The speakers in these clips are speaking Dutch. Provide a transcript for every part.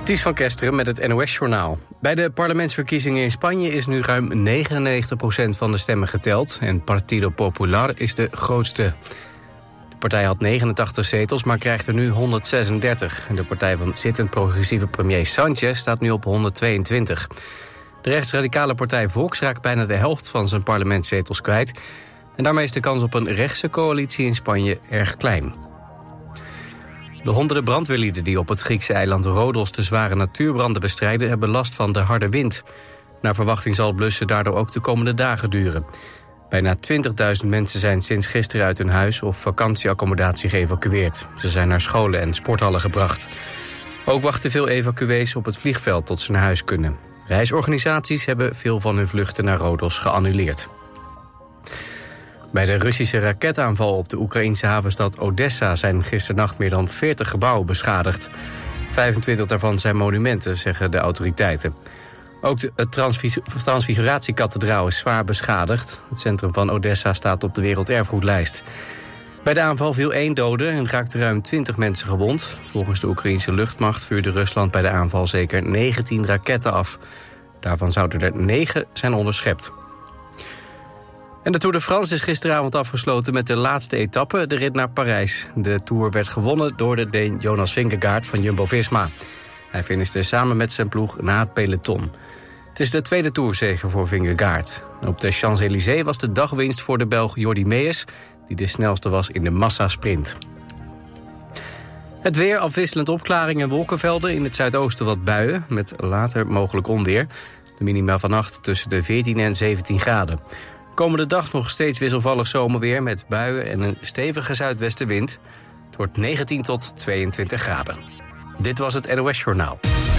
Ties van Kesteren met het NOS-journaal. Bij de parlementsverkiezingen in Spanje is nu ruim 99% van de stemmen geteld. En Partido Popular is de grootste. De partij had 89 zetels, maar krijgt er nu 136. En de partij van zittend progressieve premier Sánchez staat nu op 122. De rechtsradicale partij Vox raakt bijna de helft van zijn parlementszetels kwijt. En daarmee is de kans op een rechtse coalitie in Spanje erg klein. De honderden brandweerlieden die op het Griekse eiland Rodos de zware natuurbranden bestrijden hebben last van de harde wind. Naar verwachting zal het blussen daardoor ook de komende dagen duren. Bijna 20.000 mensen zijn sinds gisteren uit hun huis of vakantieaccommodatie geëvacueerd. Ze zijn naar scholen en sporthallen gebracht. Ook wachten veel evacuees op het vliegveld tot ze naar huis kunnen. Reisorganisaties hebben veel van hun vluchten naar Rodos geannuleerd. Bij de Russische raketaanval op de Oekraïnse havenstad Odessa zijn gisternacht meer dan 40 gebouwen beschadigd. 25 daarvan zijn monumenten, zeggen de autoriteiten. Ook het Transfiguratiekathedraal is zwaar beschadigd. Het centrum van Odessa staat op de werelderfgoedlijst. Bij de aanval viel 1 dode en raakten ruim 20 mensen gewond. Volgens de Oekraïnse luchtmacht vuurde Rusland bij de aanval zeker 19 raketten af. Daarvan zouden er 9 zijn onderschept. En de Tour de France is gisteravond afgesloten met de laatste etappe, de rit naar Parijs. De Tour werd gewonnen door de Deen Jonas Vingegaard van Jumbo-Visma. Hij finishte samen met zijn ploeg na het peloton. Het is de tweede Tourzege voor Vingegaard. Op de Champs-Élysées was de dagwinst voor de Belg Jordi Meeus, die de snelste was in de massasprint. Het weer, afwisselend opklaringen en wolkenvelden. In het zuidoosten wat buien, met later mogelijk onweer. De minima vannacht tussen de 14 en 17 graden. Komende dag nog steeds wisselvallig zomerweer met buien en een stevige zuidwestenwind. Het wordt 19 tot 22 graden. Dit was het NOS Journaal.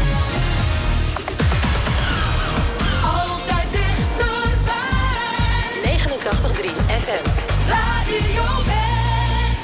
Altijd dichterbij. 89.3 FM. Radio West.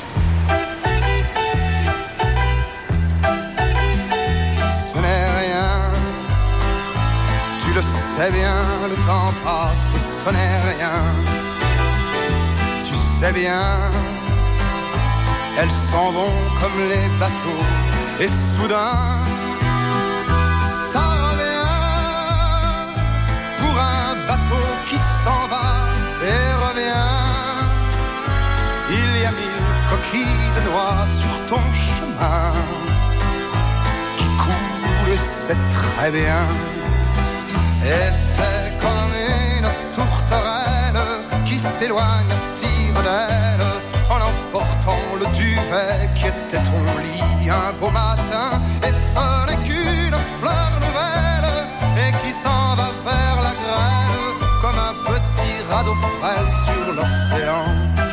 Ce n'est rien. Tu le sais bien, le temps passe. Ce n'est rien, tu sais bien, elles s'en vont comme les bateaux, et soudain, ça revient, pour un bateau qui s'en va et revient, il y a 1000 coquilles de noix sur ton chemin, qui coulent et c'est très bien, et c'est comme tourterelle qui s'éloigne à tire d'aile en emportant le duvet qui était ton lit un beau matin et ce n'est qu'une fleur nouvelle et qui s'en va vers la grêle comme un petit radeau frêle sur l'océan.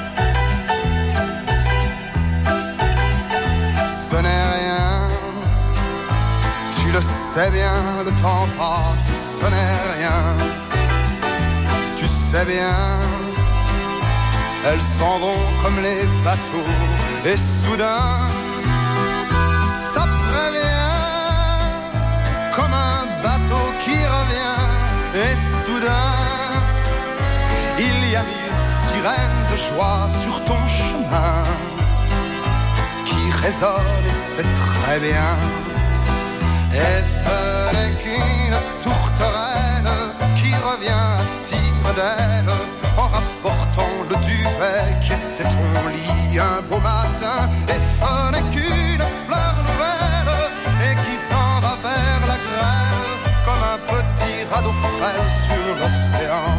Ce n'est rien, tu le sais bien, le temps passe, ce n'est rien. Tu sais bien, elles s'en vont comme les bateaux, et soudain, ça prévient, comme un bateau qui revient, et soudain, il y a 1000 sirènes de joie sur ton chemin, qui résonnent et c'est très bien, et ce n'est qu'une tourterelle qui revient à tire d'elle en rapportant le duvet qui était ton lit un beau matin et ce n'est qu'une fleur nouvelle et qui s'en va vers la grêle comme un petit radeau frêle sur l'océan.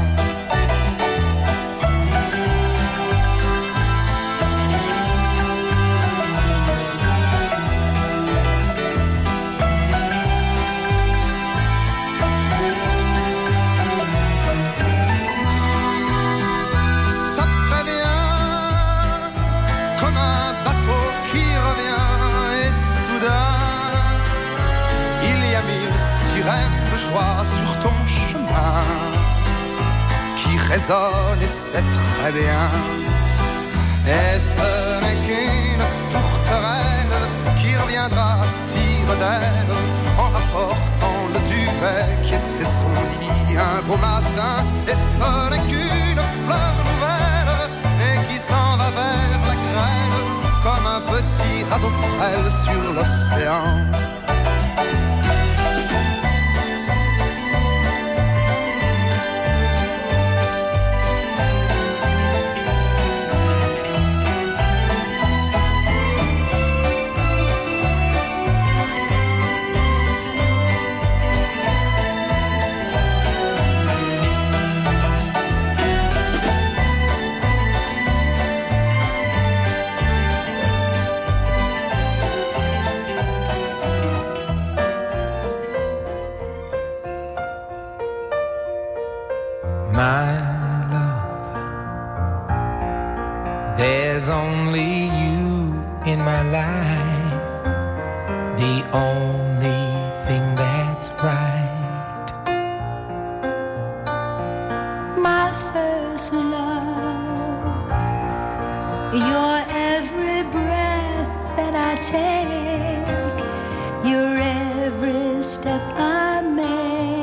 De joie sur ton chemin qui résonne et c'est très bien et ce n'est qu'une tourterelle qui reviendra à tire d'aile en rapportant le duvet qui était son lit un beau matin et ce n'est qu'une fleur nouvelle et qui s'en va vers la grêle comme un petit radeau frêle sur l'océan. my love. There's only you in my life, the only thing that's right. My first love, your every breath that I take, your every step I make.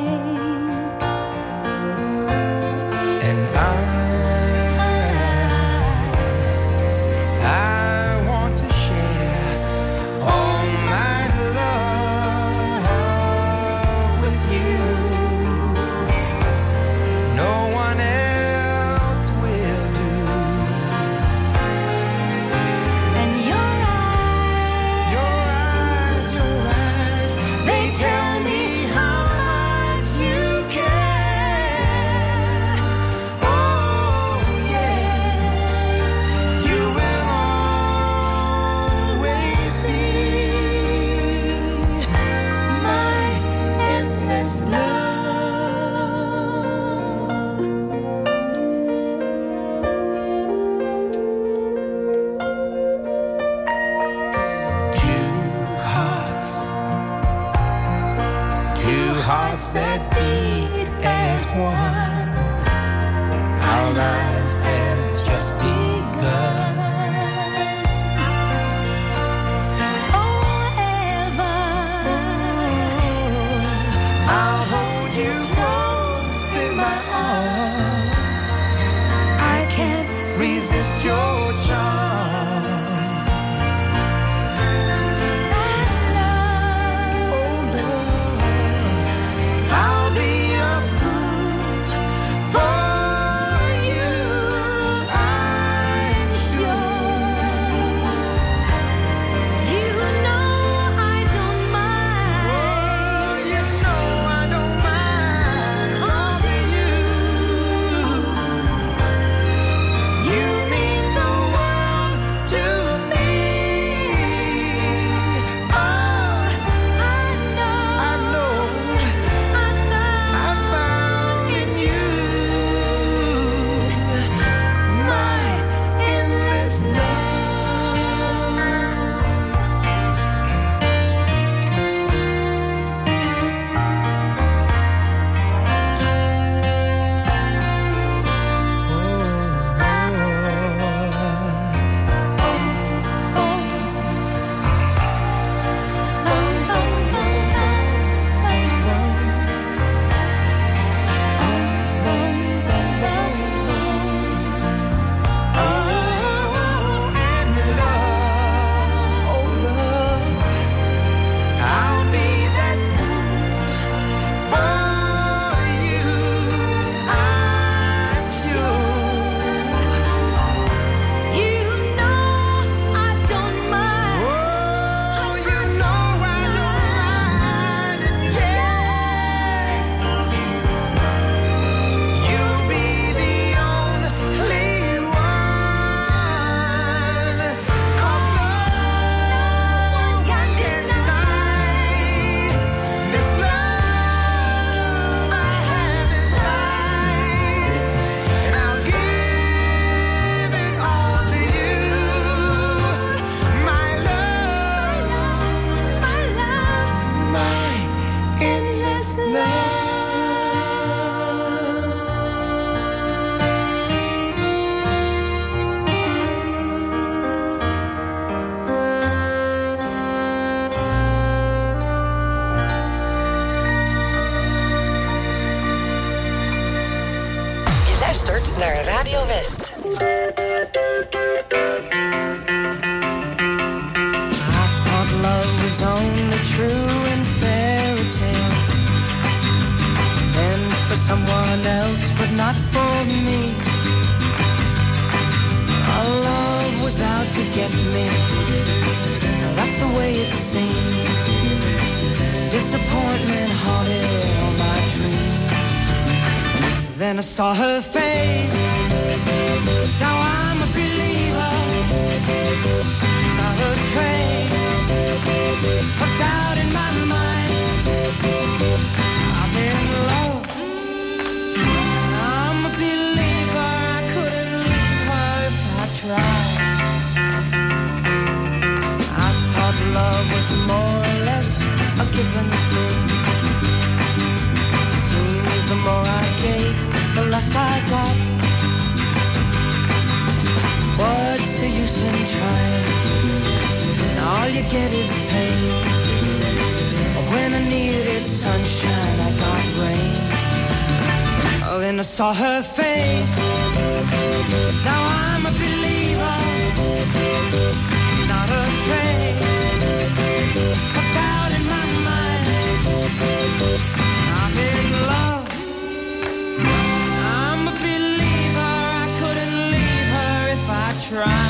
That beat as one. Our lives have just begun. Forever, I'll hold you close in my arms. I can't resist your charms. Naar Radio West. I thought love was only true in fairy tales, and for someone else, but not for me. Our love was out to get me. That's the way it seemed. Disappointment haunted all my dreams. Then I saw her face. Now I'm a believer. Not a trace of doubt in my mind. I'm in love. I'm a forget his pain. When I needed sunshine, I got rain. Oh, then I saw her face. Now I'm a believer. Not a trace of doubt in my mind. I'm in love. I'm a believer. I couldn't leave her if I tried.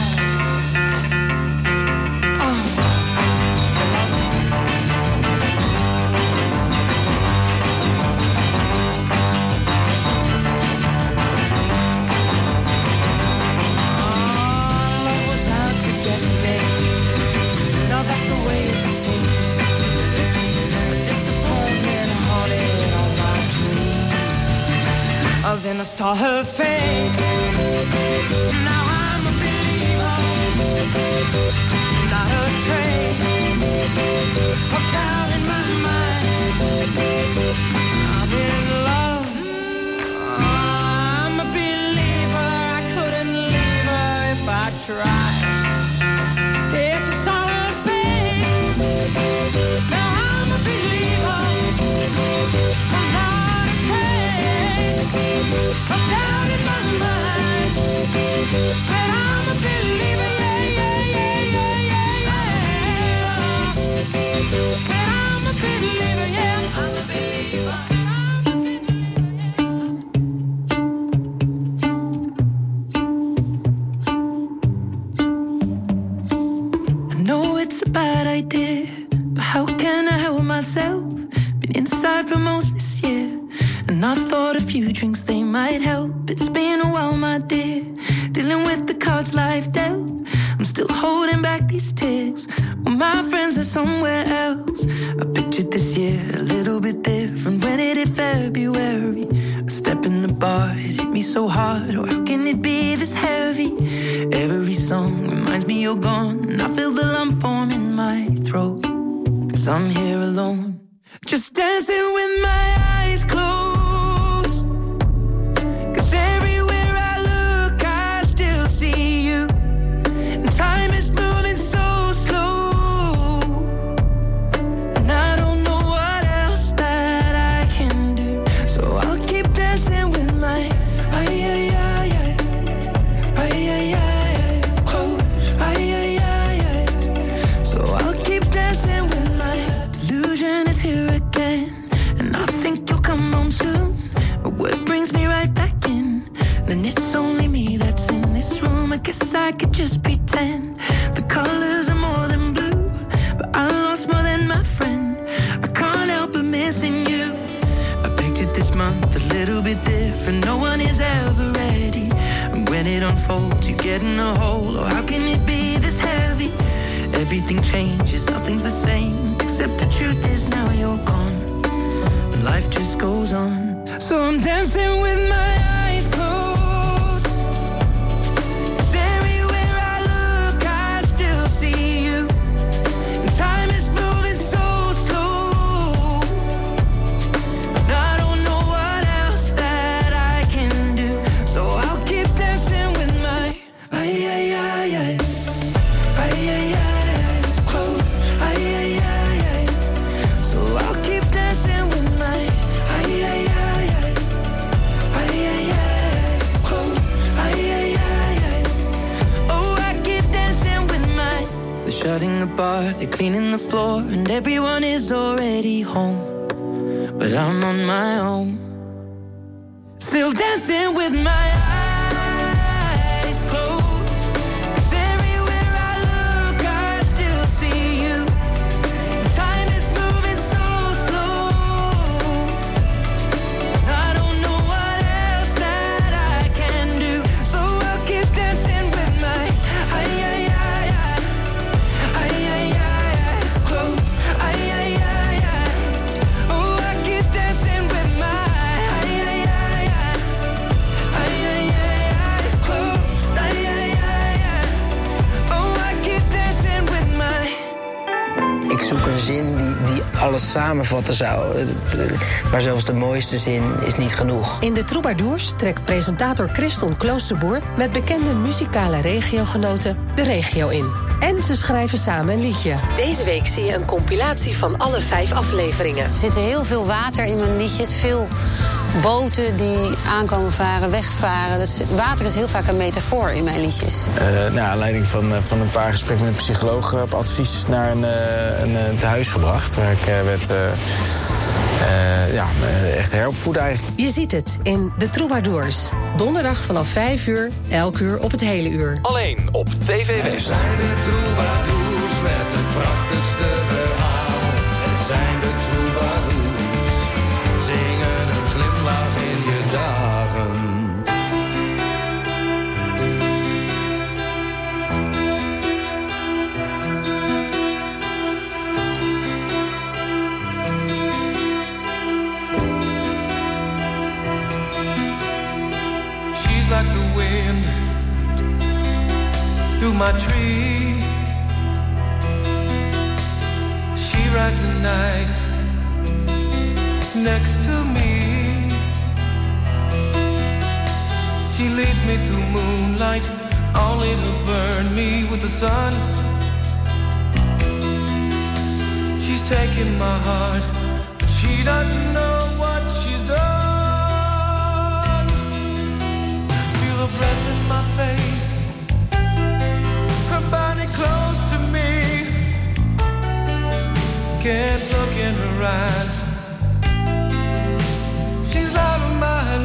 Oh, then I saw her face. Now I'm a believer. Not a trace of doubt in my mind. I'm in love. I'm a believer. I couldn't leave her if I tried. Yes, I saw her face. Now I'm a believer. I'm not a trace of doubt in my mind. Said I'm a believer, yeah, yeah, yeah, yeah, yeah, yeah. Said I'm a believer, yeah, I'm a believer. I know it's a bad idea, but how can I help myself? Been inside for most this year, and I thought a few drinks, they might help. It's been a while, my dear, dealing with the cards life dealt. I'm still holding back these tears, well, my friends are somewhere else. I pictured this year a little bit different. When it hit February, a step in the bar, it hit me so hard. Oh, how can it be this heavy? Every song reminds me you're gone, and I feel the lump form in my throat, 'cause I'm here alone, just dancing with my eyes closed. 'Cause everywhere I look, I still see you. And time is moving so slow, and I don't know what else that I can do. So I'll keep dancing with my closed. So I'll keep dancing with my delusion is here again. And I think you'll come home soon, but what brings me right back in? Then it's only me that's in this room. I guess I could just pretend the colors are more than blue, but I lost more than my friend. I can't help but missing you. I pictured this month a little bit different. No one is ever ready, and when it unfolds, you get in a hole. Oh, how can it be this heavy? Everything changes, nothing's the same, except the truth is now you're gone. Life just goes on. So I'm dancing with my eyes closed. 'Cause everywhere I look, I still see you. And time is moving so slow, and I don't know what else that I can do. So I'll keep dancing with my closed. So I'll keep dancing with my they're shutting the bar, they're cleaning the floor, and everyone is already home, but I'm on my own, still dancing with my eyes closed. 'Cause everywhere I look, I still see you. Time is moving so slow, I don't know what else that I can do. So I'll keep dancing with my closed. Oh, I keep dancing with my alles samenvatten zou. Maar zelfs de mooiste zin is niet genoeg. In de Troubadours trekt presentator Christon Kloosterboer met bekende muzikale regiogenoten de regio in. En ze schrijven samen een liedje. Deze week zie je een compilatie van alle 5 afleveringen. Er zit heel veel water in mijn liedjes, veel boten die aankomen varen, wegvaren. Water is heel vaak een metafoor in mijn liedjes. Naar aanleiding van een paar gesprekken met een psycholoog op advies naar een tehuis gebracht. Waar ik werd echt heropvoed eigenlijk. Je ziet het in de Troubadours. Donderdag vanaf 5 uur, elk uur op het hele uur. Alleen op TV West. Het zijn de troubadours met het prachtigste verhaal. Het zijn de troubadours, zingen een glimlach in je dagen. She's like the wind through my tree. She rides the night next to me. She leads me through moonlight, only to burn me with the sun. She's taking my heart, but she doesn't know what she's done. Feel her breath in my face, her body close to me. Can't look in her eyes, she's out of my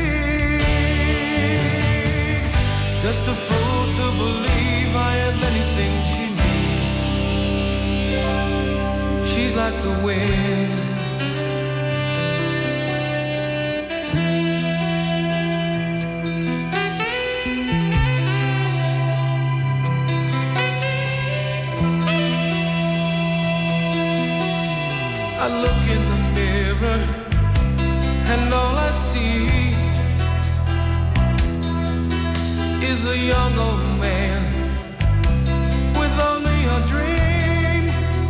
league. Just a fool to believe I have anything she needs. She's like the wind. I look in the mirror and all I see is a young old man with only a dream.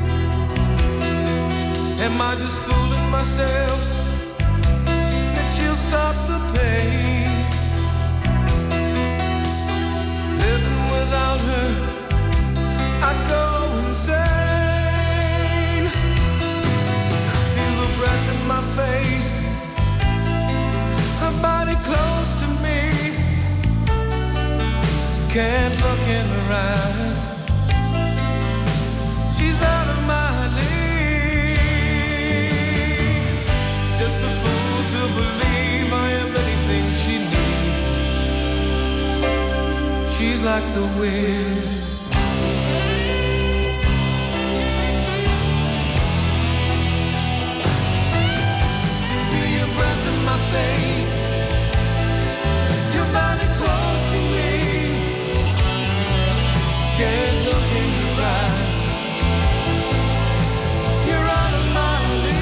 Am I just fooling myself that she'll stop the pain? Living without her, I go insane. Breath in my face, her body close to me. Can't look in her eyes, she's out of my league. Just a fool to believe I am anything she needs. She's like the wind. My face, your body close to me. Can't look in your eyes, you're out of my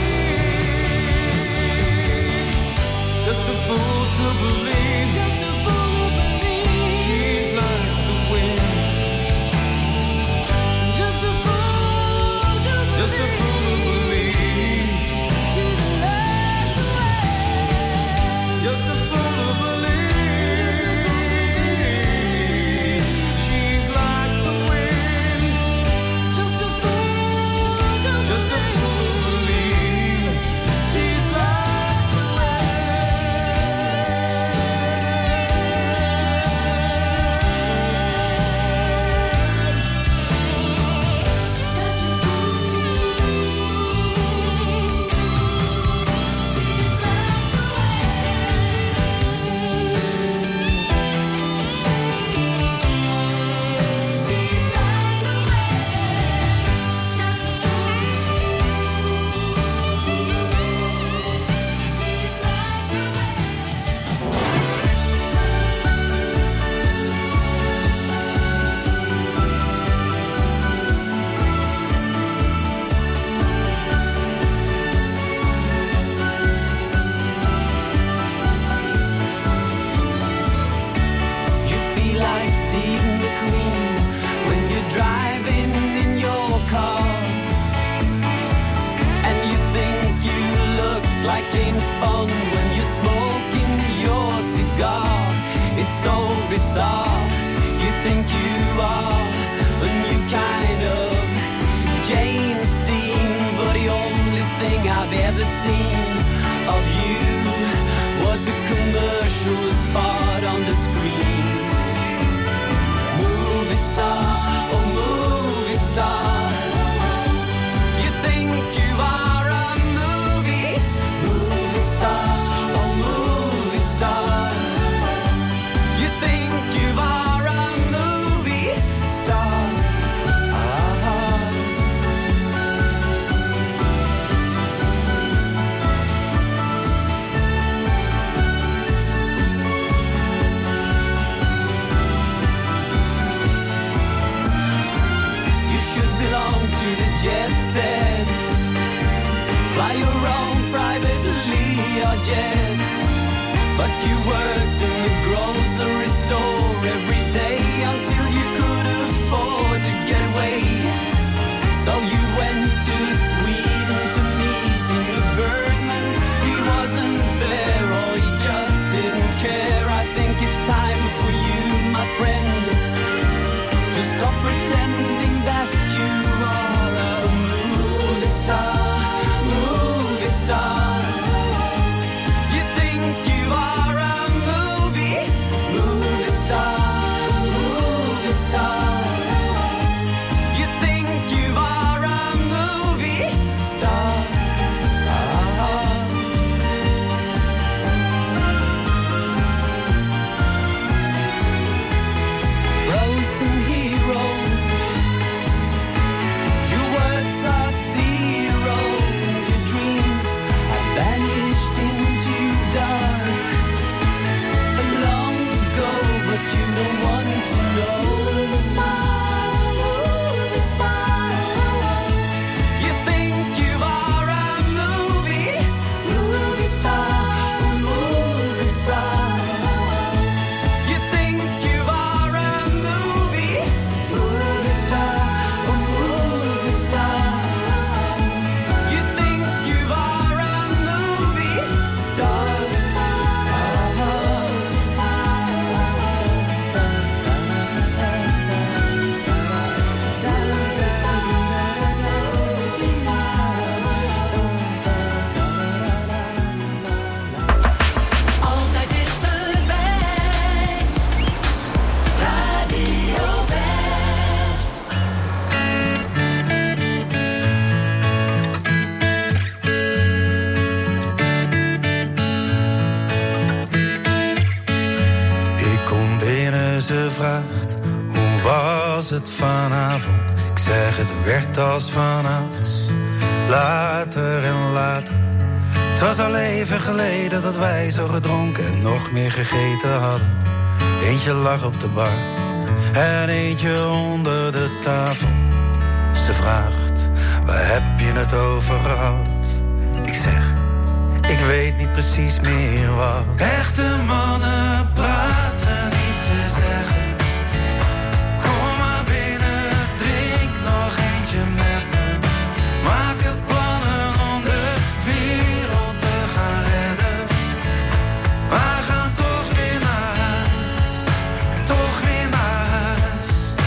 league. Just a fool to believe, just a fool to believe. She's like the wind. so bizarre. You think you are a new kind of James Dean, but the only thing I've ever seen of you was a commercial spot on the screen. Movie star, oh movie star, you think you are a movie star, oh movie star, you think you are a movie star. To the jet set, fly your own privately or jet, but you worked in the grocery store every day until you could afford to get away. So you went to Sweden to meet Ingmar Bergman. He wasn't there or he just didn't care. I think it's time for you, my friend, to stop pretending that you are a movie star. You think you are a movie star. You think you are a movie star. Frozen hero. Your words are zero. Your dreams are vanished into dark long ago, but you don't want to know. Movie star. You think you are a movie star. You think you are a movie star. You think you are a movie star. Altijd dichterbij. Radio West. Ik kom binnen, ze vraagt, hoe was het vanavond? Ik zeg, het werd als vanouds, later en later. Het was al even geleden dat wij zo gedronken en nog meer gegeten hadden. Eentje lag op de bar en eentje onder de tafel. Ze vraagt, waar heb je het over gehad? Ik zeg, ik weet niet precies meer wat. Echte mannen praten niet, ze zeggen, kom maar binnen, drink nog eentje met me. Maken plannen om de wereld te gaan redden. Maar gaan toch weer naar huis, toch weer naar huis.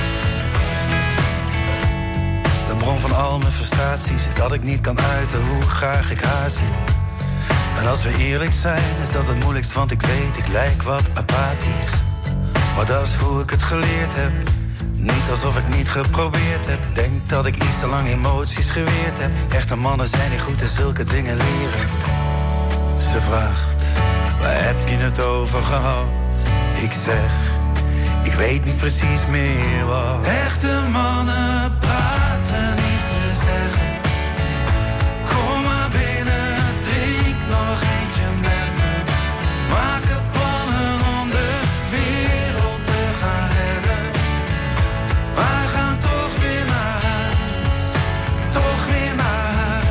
De bron van al mijn frustraties is dat ik niet kan uiten hoe graag ik haar zie. En als we eerlijk zijn, is dat het moeilijkst, want ik weet, ik lijk wat apathisch. Maar dat is hoe ik het geleerd heb. Niet alsof ik niet geprobeerd heb. Denk dat ik iets te lang emoties geweerd heb. Echte mannen zijn niet goed in zulke dingen leren. Ze vraagt, waar heb je het over gehad? Ik zeg, ik weet niet precies meer wat. Echte mannen praten niet, ze zeggen, kom maar binnen, drink nog eentje met me. Maken plannen om de wereld te gaan redden. Maar gaan toch weer naar huis, toch weer naar huis.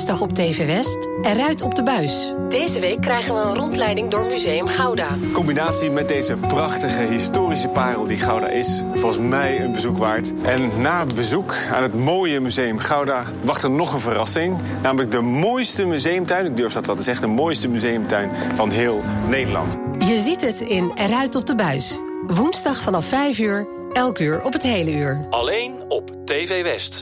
woensdag op TV West Eruit op de buis. Deze week krijgen we een rondleiding door Museum Gouda. In combinatie met deze prachtige historische parel die Gouda is, volgens mij een bezoek waard. En na het bezoek aan het mooie Museum Gouda wacht er nog een verrassing. Namelijk de mooiste museumtuin, ik durf dat wel te zeggen, de mooiste museumtuin van heel Nederland. Je ziet het in Eruit op de buis. Woensdag vanaf 5 uur, elk uur op het hele uur. Alleen op TV West.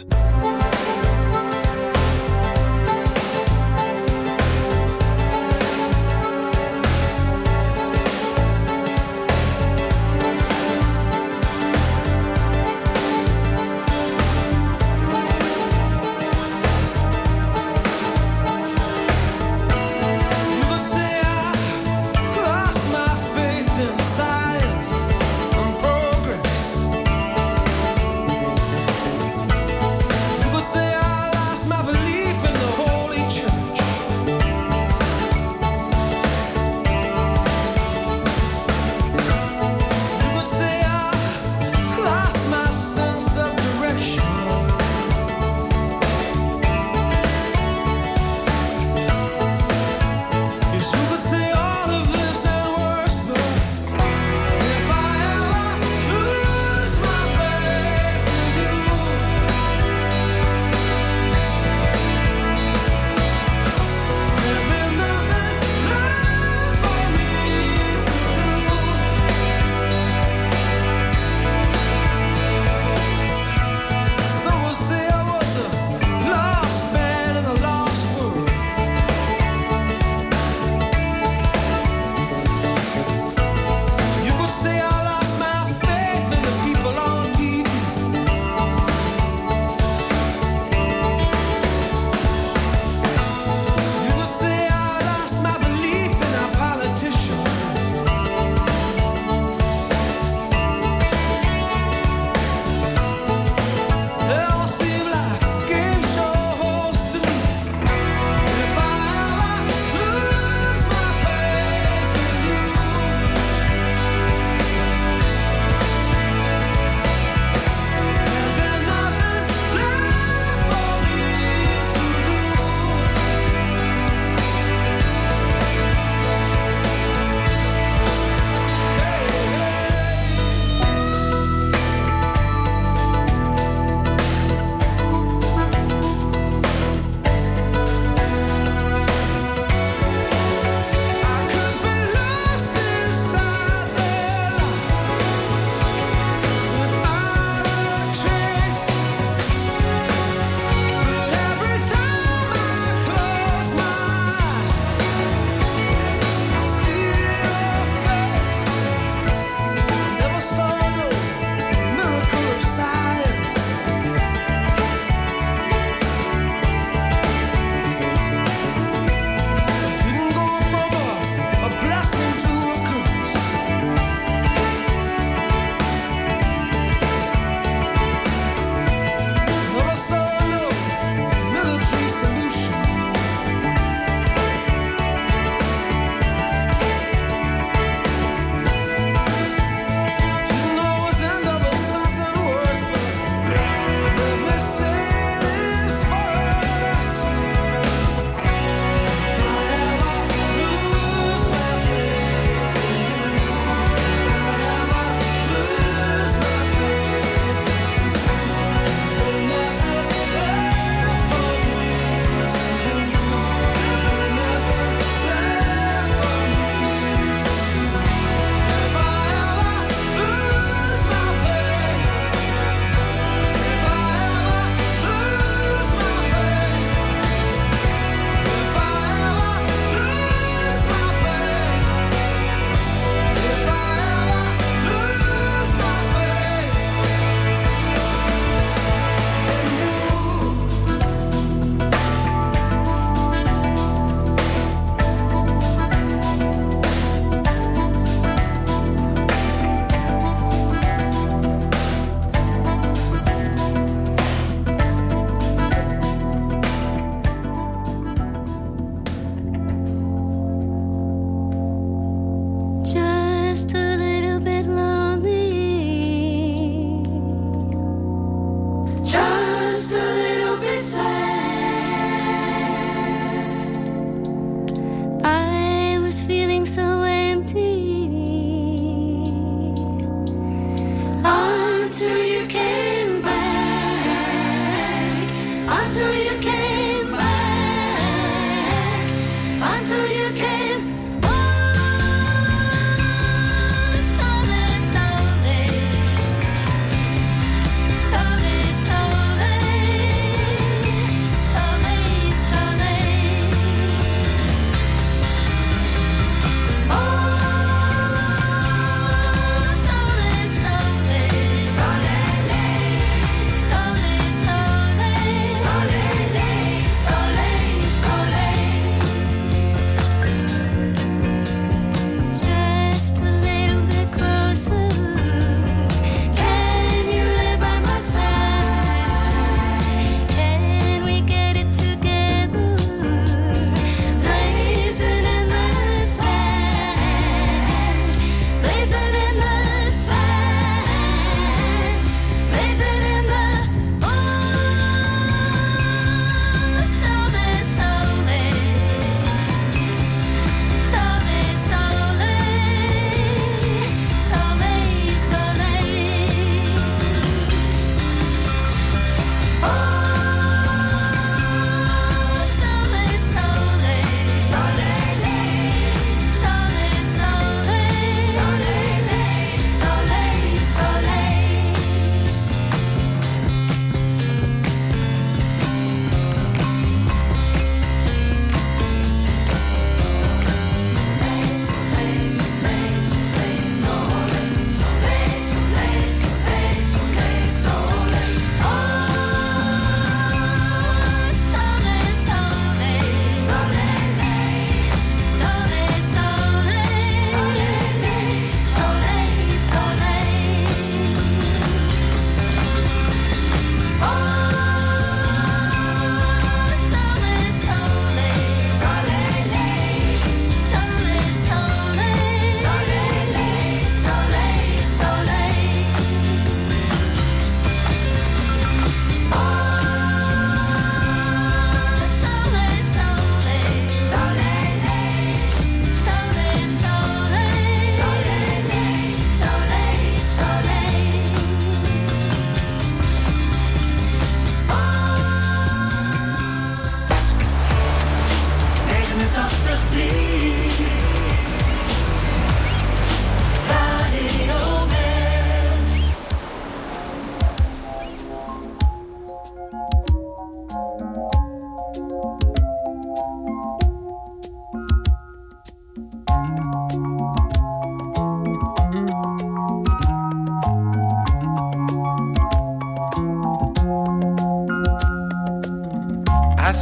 Science and progress.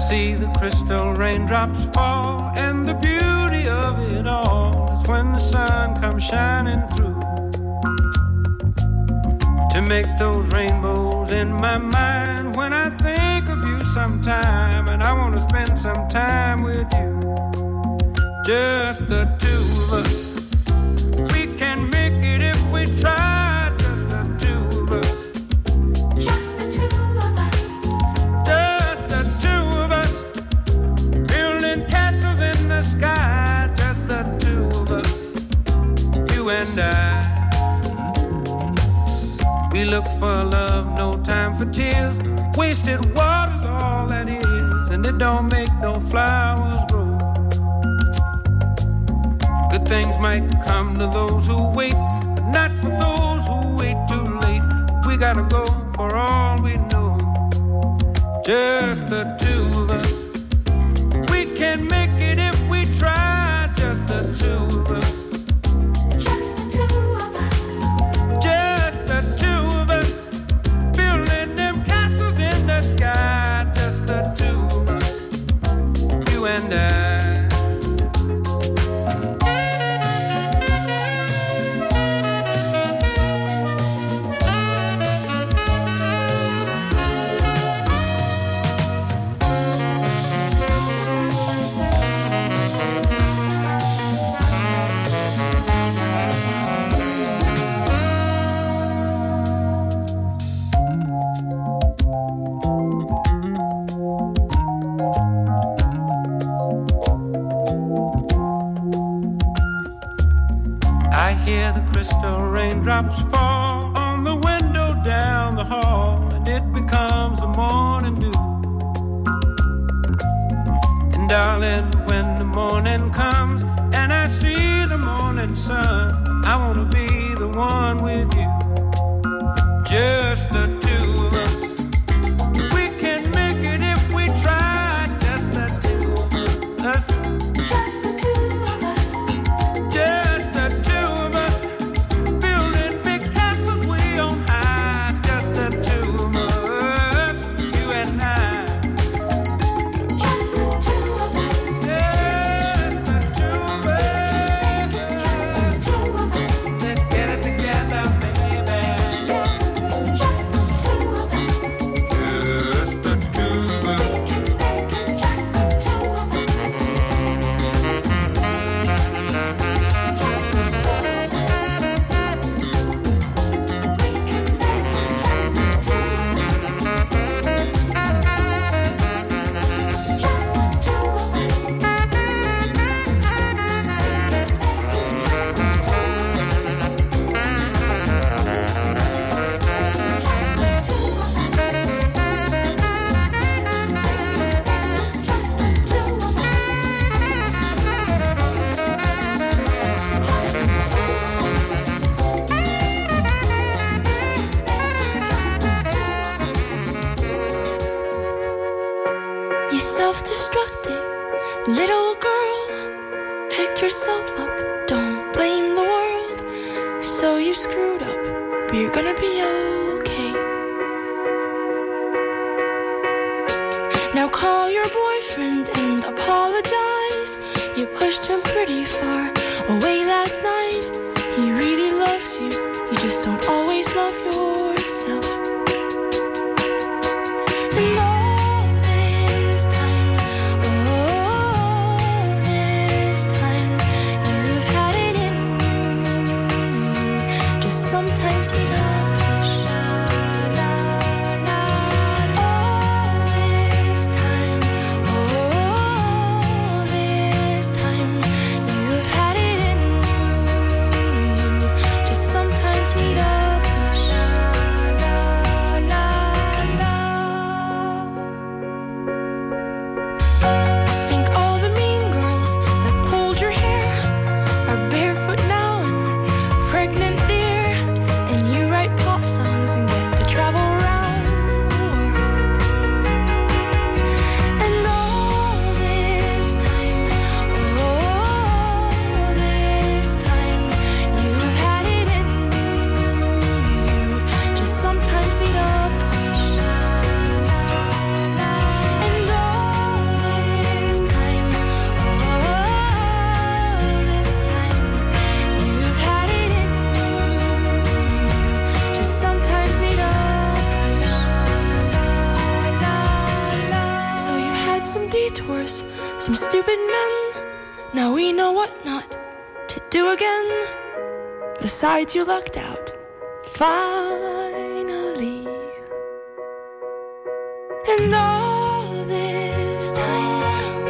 see the crystal raindrops fall, and the beauty of it all is when the sun comes shining through to make those rainbows in my mind when I think of you sometime, and I want to spend some time with you, just the two of us. We can make it if we try, just the two of us. Just the two of us. Just the two of us. Building castles in the sky, just the two of us. You and I. We look for love, no time for tears. Wasted water's all that is, and it don't make no flowers grow. Good things might come to those who wait, but not for those who wait too late. We gotta go for all we know, just the two of us. We can make it if we try, just the two of us. Just the two of us. Just the two of us. Building them castles in the sky, just the two of us. You and I. Raindrops fall on the window down the hall, and it becomes the morning dew. And darling, when the morning comes and I see the morning sun, I want to be the one with you, just the two of us. We can make it if we try, just the two of us. Just the two of us. Just the two of us. Pregnant dear, and you write poems stupid men. Now we know what not to do again. Besides, you lucked out, finally. And all this time,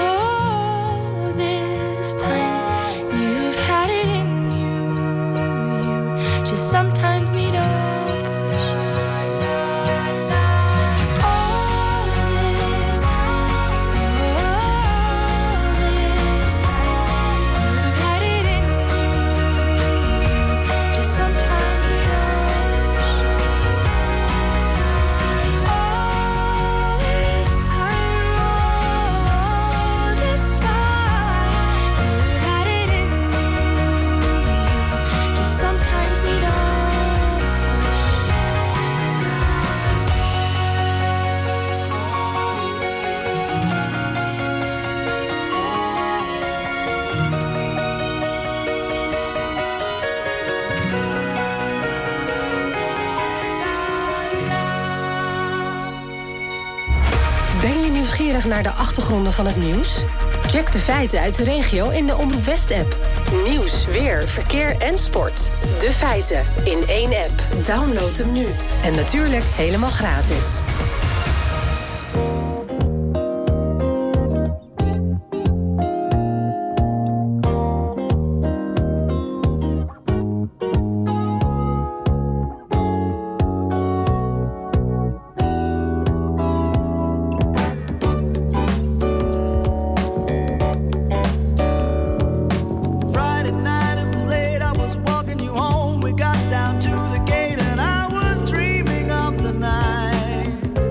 you've had it in you. You just sometimes need a push. All this time, you've had it in you. You just sometimes need a push. All this time, you've had it in you. Just sometimes need a Ben je nieuwsgierig naar de achtergronden van het nieuws? Check de feiten uit de regio in de Omroep West-app. Nieuws, weer, verkeer en sport. De feiten in één app. Download hem nu. En natuurlijk helemaal gratis. Friday night, it was late, I was walking you home. We got down to the gate and I was dreaming of the night.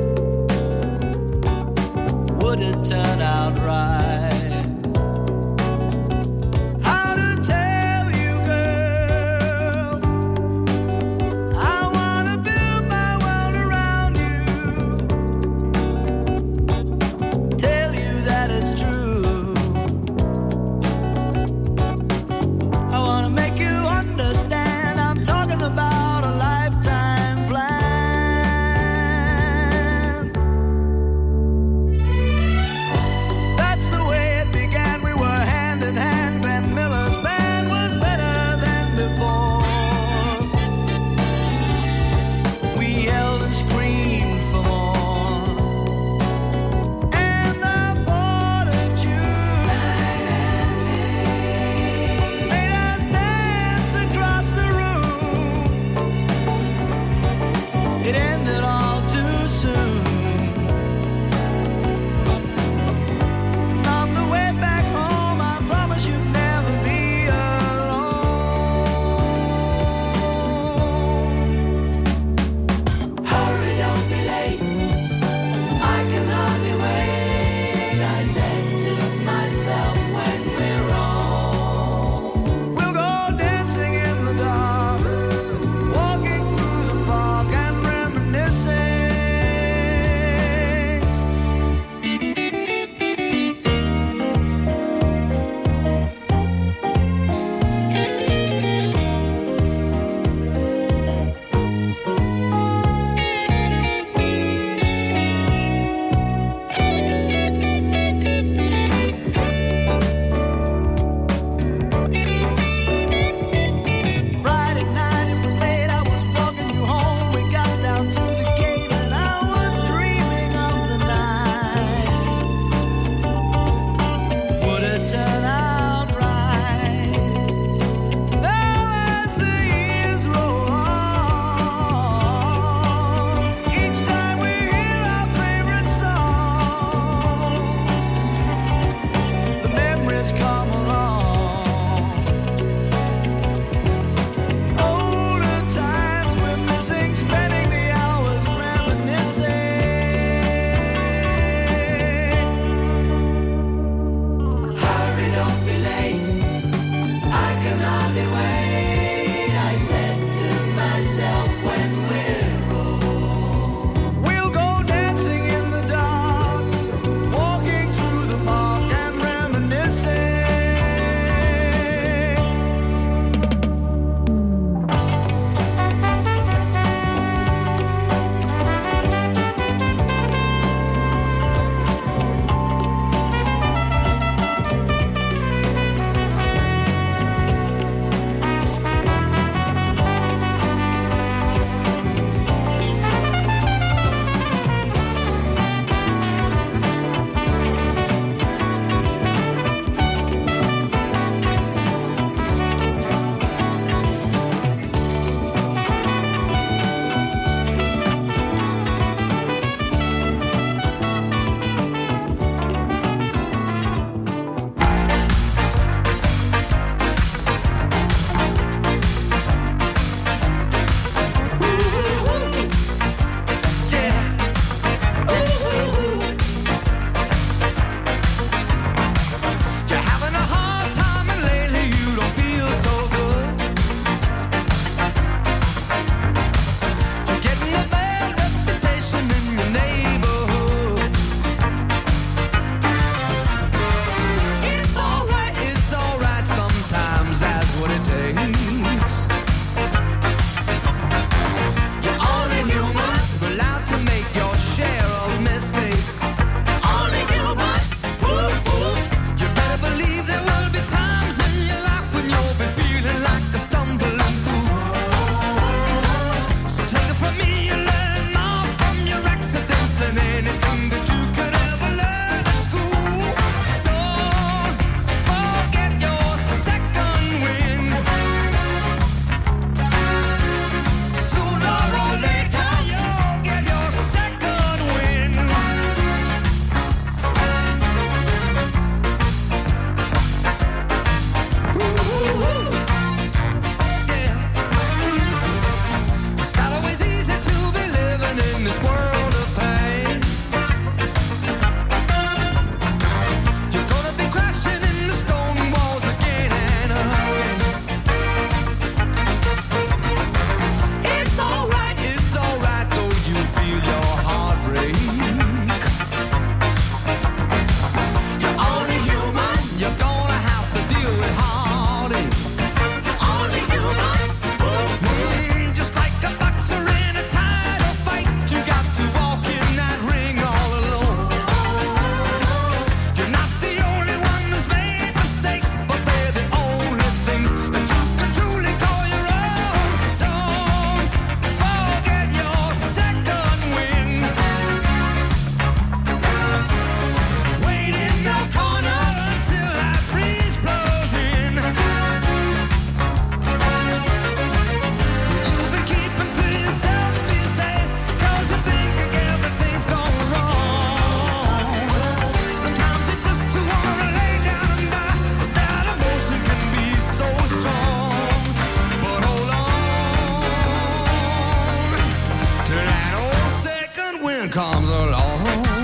comes along.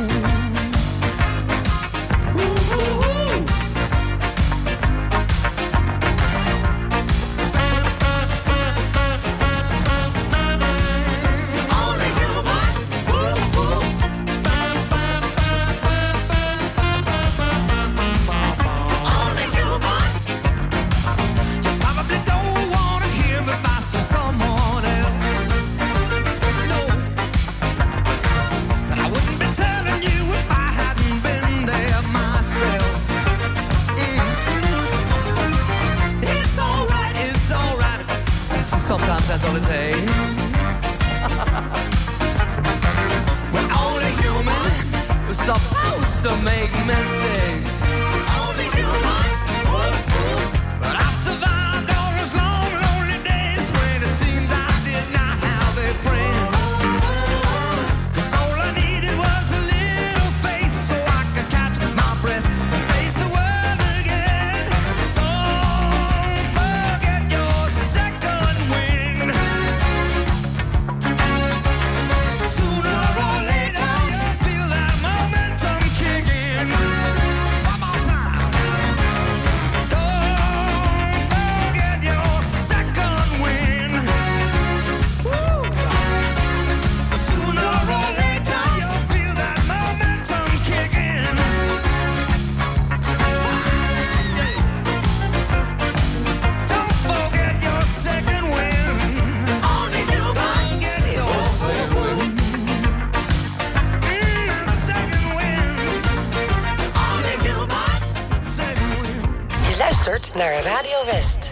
That's all it takes. We're only human. We're supposed to make mistakes. Only human. But I survived all those long, lonely days when it seems I did not have a friend. 'Cause all I needed was a little faith so I could catch my breath and face the world again. Don't forget your second wind. Sooner or later you'll feel that momentum kicking. One more time. Don't forget your second wind. Woo. Sooner or later you'll feel that momentum kicking. Don't forget your second wind. Only you can get your second wind. Second wind. Only you can second wind. Je luistert naar Radio West.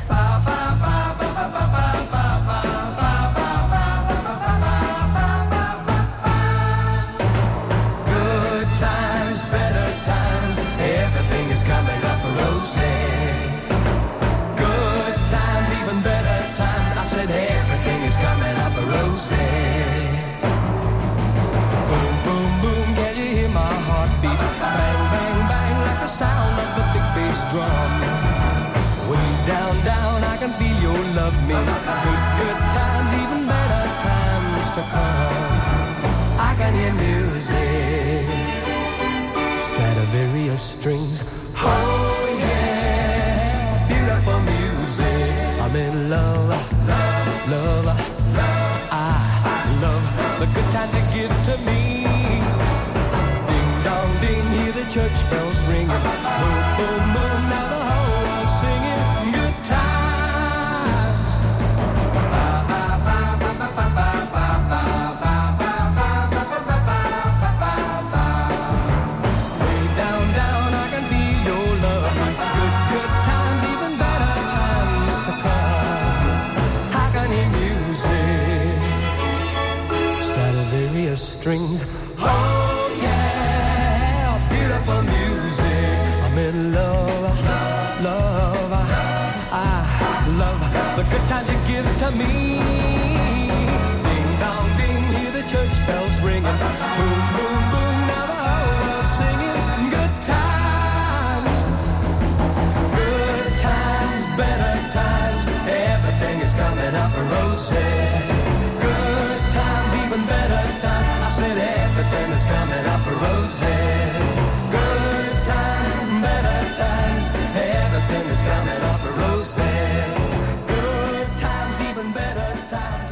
Good times, better times, everything is coming up for roses. Good times, even better times, I said everything is coming up for roses. Boom, boom, boom, can you hear my heartbeat? Bang, bang, bang, like the sound of a big bass drum. Way down, down, I can feel your love me. Good, good times, even better times to come. I can hear music, Stradivarius strings. Oh yeah, beautiful music. I'm in love, love, love. I love the good times you give to me. Ding dong ding, hear the church bells ringing. Boom, boom, boom, now the whole world's singing. Good times. Ba, ba, ba, ba, ba, ba, ba, ba, ba, ba, ba, ba, ba, ba, ba. Way down, down, I can feel your love. Good, good times, even better times to come. I can hear music, Stradivarius strings. Oh yeah, beautiful music. I'm in love, love. I love the good times you give to me. Ding dong ding, hear the church bells ringing. Boom, boom, boom, now the whole world's singing. Good times, better times, everything is coming up for roses. Good times, even better times, I said everything is coming up for roses. Good times, better times, everything is coming up for roses. Good times, even better times.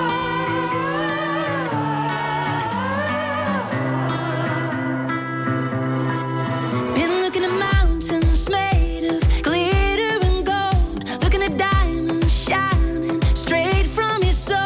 Been looking at mountains made of glitter and gold, looking at diamonds shining straight from your soul.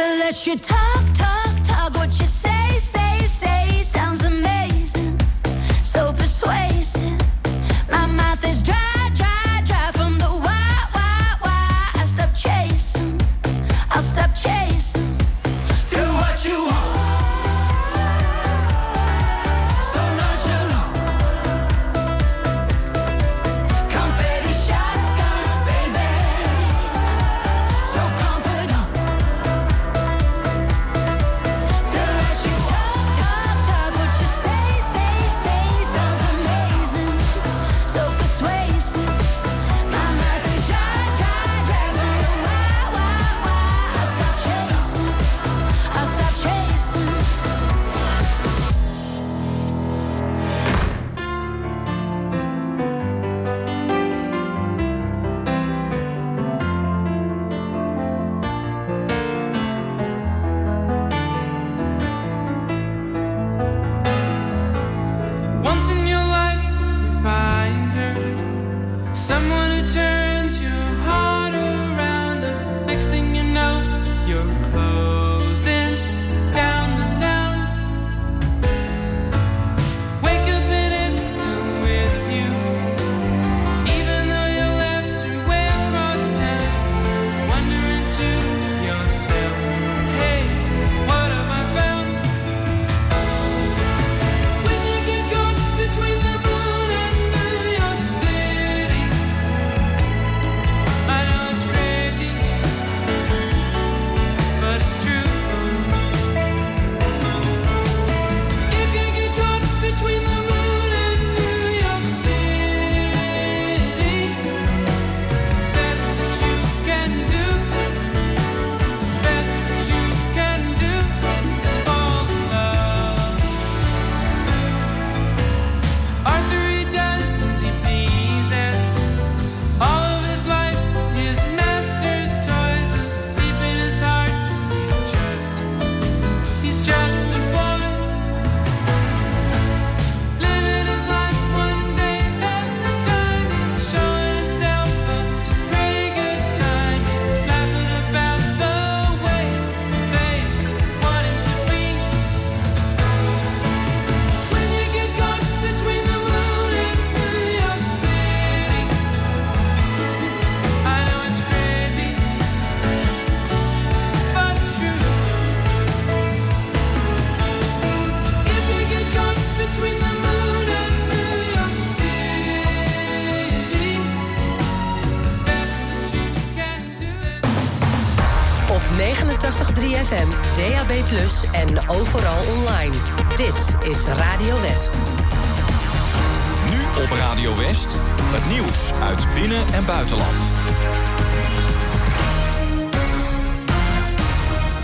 The less you talk, what you say, sounds amazing, so persuasive. My mouth is dry from the why. I stop chasing, I'll stop chasing. Do what you want. FM, DAB+ en overal online. Dit is Radio West. Nu op Radio West, het nieuws uit binnen- en buitenland.